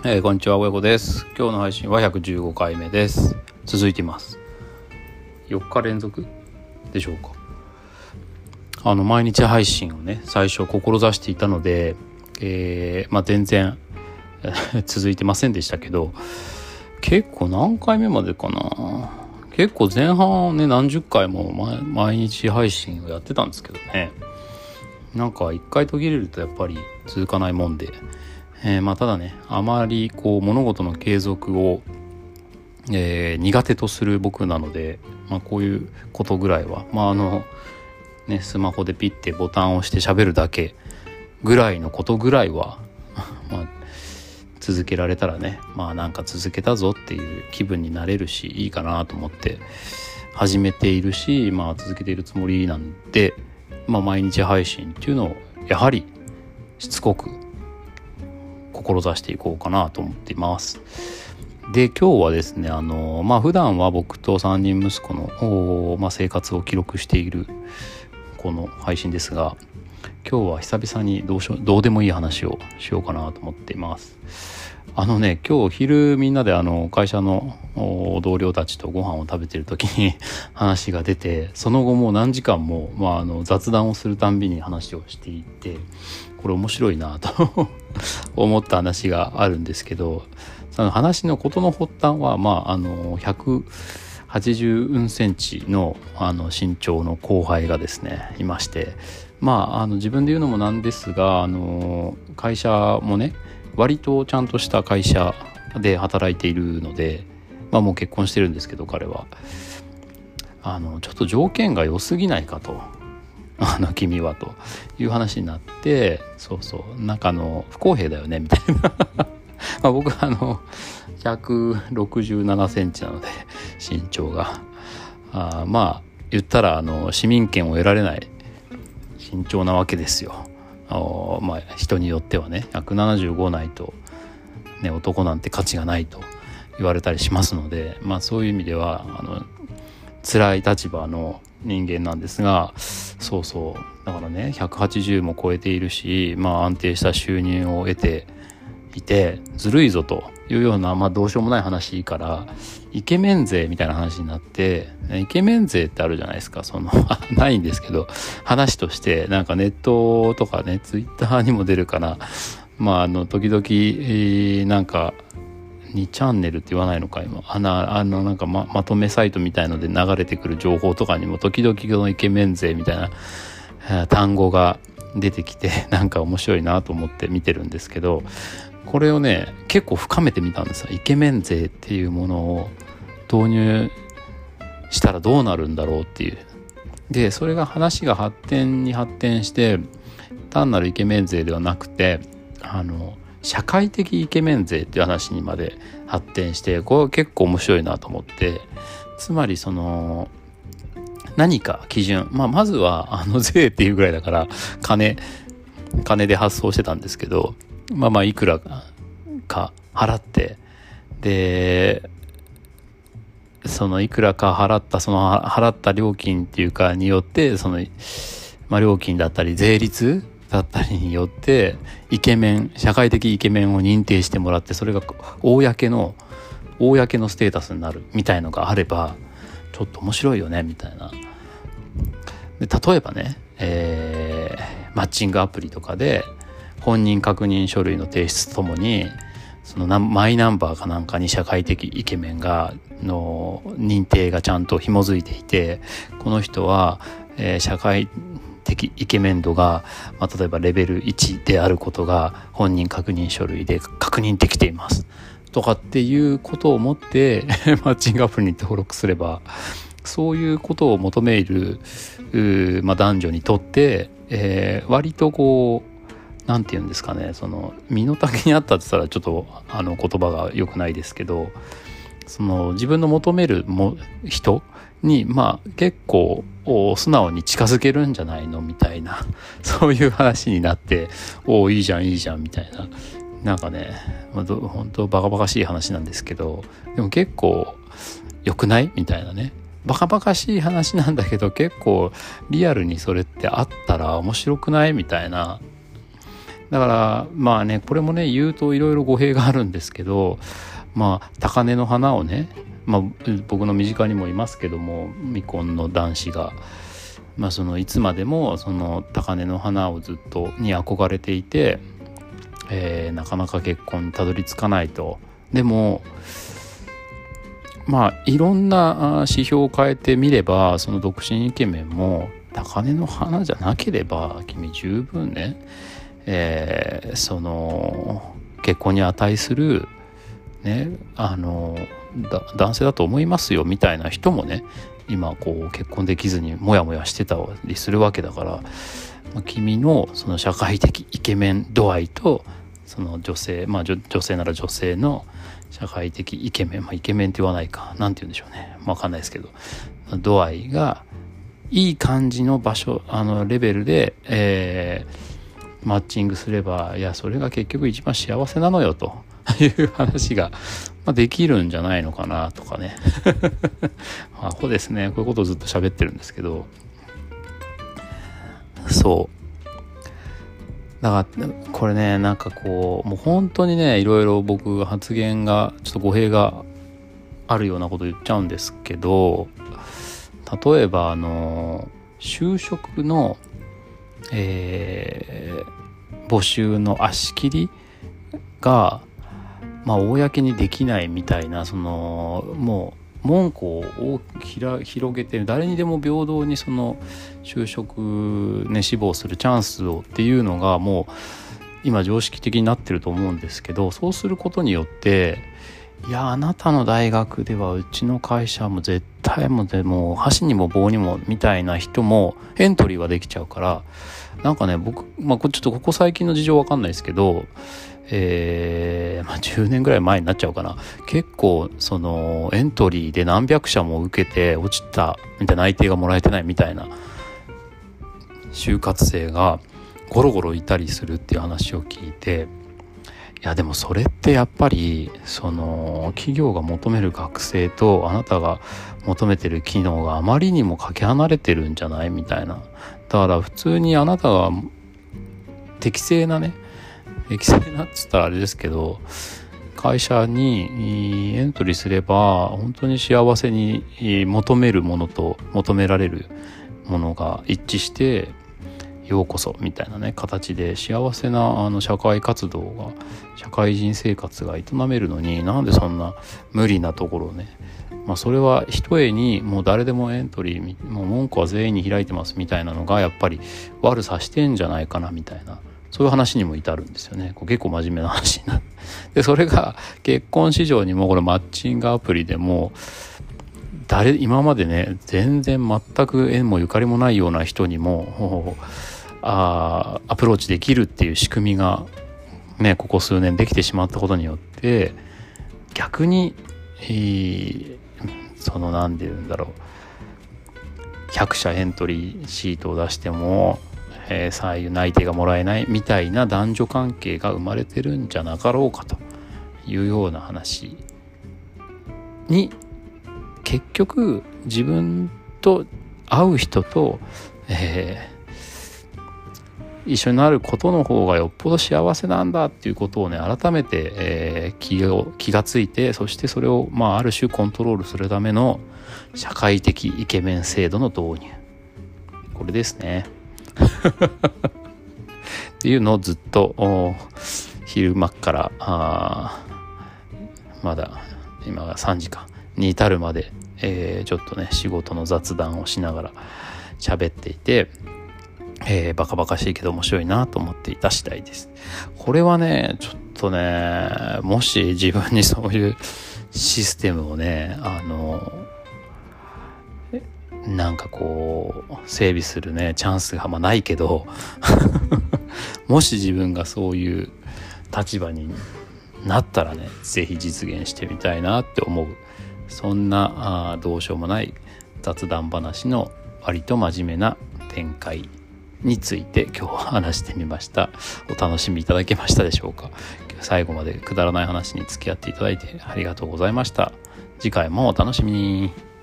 こんにちは、親子です。今日の配信は115回目です。続いています。4日連続でしょうか。毎日配信をね、最初志していたので、全然続いてませんでしたけど、結構何回目までかな。結構前半ね、何十回も毎日配信をやってたんですけどね。なんか一回途切れるとやっぱり続かないもんで、ただね、あまり物事の継続を、苦手とする僕なので、こういうことぐらいはスマホでピッてボタンを押して喋るだけぐらいのことぐらいは続けられたらね、なんか続けたぞっていう気分になれるし、いいかなと思って始めているし、続けているつもりなんで、毎日配信っていうのをやはりしつこく志していこうかなと思っています。で、今日はですね、普段は僕と3人息子の、生活を記録しているこの配信ですが、今日は久々にどうでもいい話をしようかなと思っています。今日昼みんなで会社の同僚たちとご飯を食べてる時に話が出て、その後もう何時間も、雑談をするたんびに話をしていて、これ面白いなと思った話があるんですけど、その話のことの発端は180センチの身長の後輩がですねいまして、自分で言うのもなんですが、会社もね割とちゃんとした会社で働いているので、もう結婚してるんですけど、彼はちょっと条件が良すぎないかと君はという話になって、なんか不公平だよねみたいな僕は167センチなので身長が言ったら市民権を得られない身長なわけですよ。人によってはね、175ないと、ね、男なんて価値がないと言われたりしますので、そういう意味では辛い立場の人間なんですが、だからね、180も超えているし、安定した収入を得ていてずるいぞというような、どうしようもない話からイケメン税みたいな話になって、イケメン税ってあるじゃないですか。ないんですけど、話としてなんかネットとかね、ツイッターにも出るかな。時々なんか2チャンネルって言わないのか今、なんか まとめサイトみたいので流れてくる情報とかにも時々のイケメン税みたいな単語が出てきて、なんか面白いなと思って見てるんですけど、これをね結構深めてみたんですよ。イケメン税っていうものを導入したらどうなるんだろうっていう。で、それが話が発展して単なるイケメン税ではなくて社会的イケメン税っていう話にまで発展して、これ結構面白いなと思って、つまり何か基準、まずは税っていうぐらいだから金で発送してたんですけど、いくらか払って、でいくらか払った料金っていうかによって、料金だったり税率だったりによって社会的イケメンを認定してもらって、それが公のステータスになるみたいのがあればちょっと面白いよねみたいな。で、例えばね、マッチングアプリとかで本人確認書類の提出ともにマイナンバーかなんかに社会的イケメンの認定がちゃんと紐づいていて、この人は、社会的イケメン度が、例えばレベル1であることが本人確認書類で確認できていますとかっていうことをもってマッチングアプリに登録すれば、そういうことを求める、男女にとって、割となんていうんですかね、身の丈にあったって言ったらちょっと言葉が良くないですけど、自分の求める人に結構素直に近づけるんじゃないのみたいな、そういう話になって、いいじゃんみたいな、なんかね、本当バカバカしい話なんですけど、でも結構良くないみたいなね、バカバカしい話なんだけど結構リアルにそれってあったら面白くないみたいな。 だからまあね、これもね言うといろいろ語弊があるんですけど、まあ高嶺の花をね、まあ、僕の身近にもいますけども、未婚の男子が、まあ、そのいつまでもその高嶺の花をずっとに憧れていて、なかなか結婚にたどり着かないと。でもまあいろんな指標を変えてみれば、その独身イケメンも高嶺の花じゃなければ君十分ね、その結婚に値するね、男性だと思いますよみたいな人もね、今こう結婚できずにモヤモヤしてたりするわけだから、まあ、君のその社会的イケメン度合いと、その女性、まあ女性なら女性の社会的イケメン、まあ、イケメンって言わないか、なんて言うんでしょうね、わかんないですけど、度合いがいい感じの場所、レベルで、マッチングすれば、いやそれが結局一番幸せなのよという話が、まあ、できるんじゃないのかなとかねアホですね、こういうことをずっと喋ってるんですけど、そうだからこれね、なんかこうもう本当にね、いろいろ僕発言がちょっと語弊があるようなこと言っちゃうんですけど、例えば就職の、募集の足切りがまあ公にできないみたいな、そのもう門戸を広げて誰にでも平等にその就職ね志望するチャンスをっていうのがもう今常識的になってると思うんですけど、そうすることによって、いやあなたの大学ではうちの会社も絶対もう箸にも棒にもみたいな人もエントリーはできちゃうから、なんかね僕、まあ、ちょっとここ最近の事情わかんないですけど、まあ、10年ぐらい前になっちゃうかな、結構そのエントリーで何百社も受けて落ちたみたいな、内定がもらえてないみたいな就活生がゴロゴロいたりするっていう話を聞いて、いやでもそれってやっぱりその企業が求める学生とあなたが求めてる機能があまりにもかけ離れてるんじゃないみたいな。だから普通にあなたが適正なっつったらあれですけど、会社にエントリーすれば本当に幸せに求めるものと求められるものが一致してようこそみたいなね形で幸せな社会活動が、社会人生活が営めるのに、なんでそんな無理なところをね、まあそれはひとえにもう誰でもエントリー、もう門戸は全員に開いてますみたいなのがやっぱり悪さしてんじゃないかなみたいな、そういう話にも至るんですよね。結構真面目な話になって、でそれが結婚市場にもこれマッチングアプリでも今までね全然全く縁もゆかりもないような人にもアプローチできるっていう仕組みがねここ数年できてしまったことによって、逆に、その何て言うんだろう、100社エントリーシートを出しても採用内定がもらえないみたいな男女関係が生まれてるんじゃなかろうかというような話に、結局自分と会う人と、一緒になることの方がよっぽど幸せなんだっていうことをね改めて、気がついて、そしてそれをある種コントロールするための社会的イケメン制度の導入、これですねっていうのをずっと昼間からまだ今が3時間に至るまで、ちょっとね仕事の雑談をしながら喋っていて、バカバカしいけど面白いなと思っていた次第です。これはねちょっとね、もし自分にそういうシステムをねなんかこう整備するねチャンスがないけどもし自分がそういう立場になったらね、ぜひ実現してみたいなって思う、そんなどうしようもない雑談話の割と真面目な展開について今日は話してみました。お楽しみいただけましたでしょうか。最後までくだらない話に付き合っていただいてありがとうございました。次回もお楽しみに。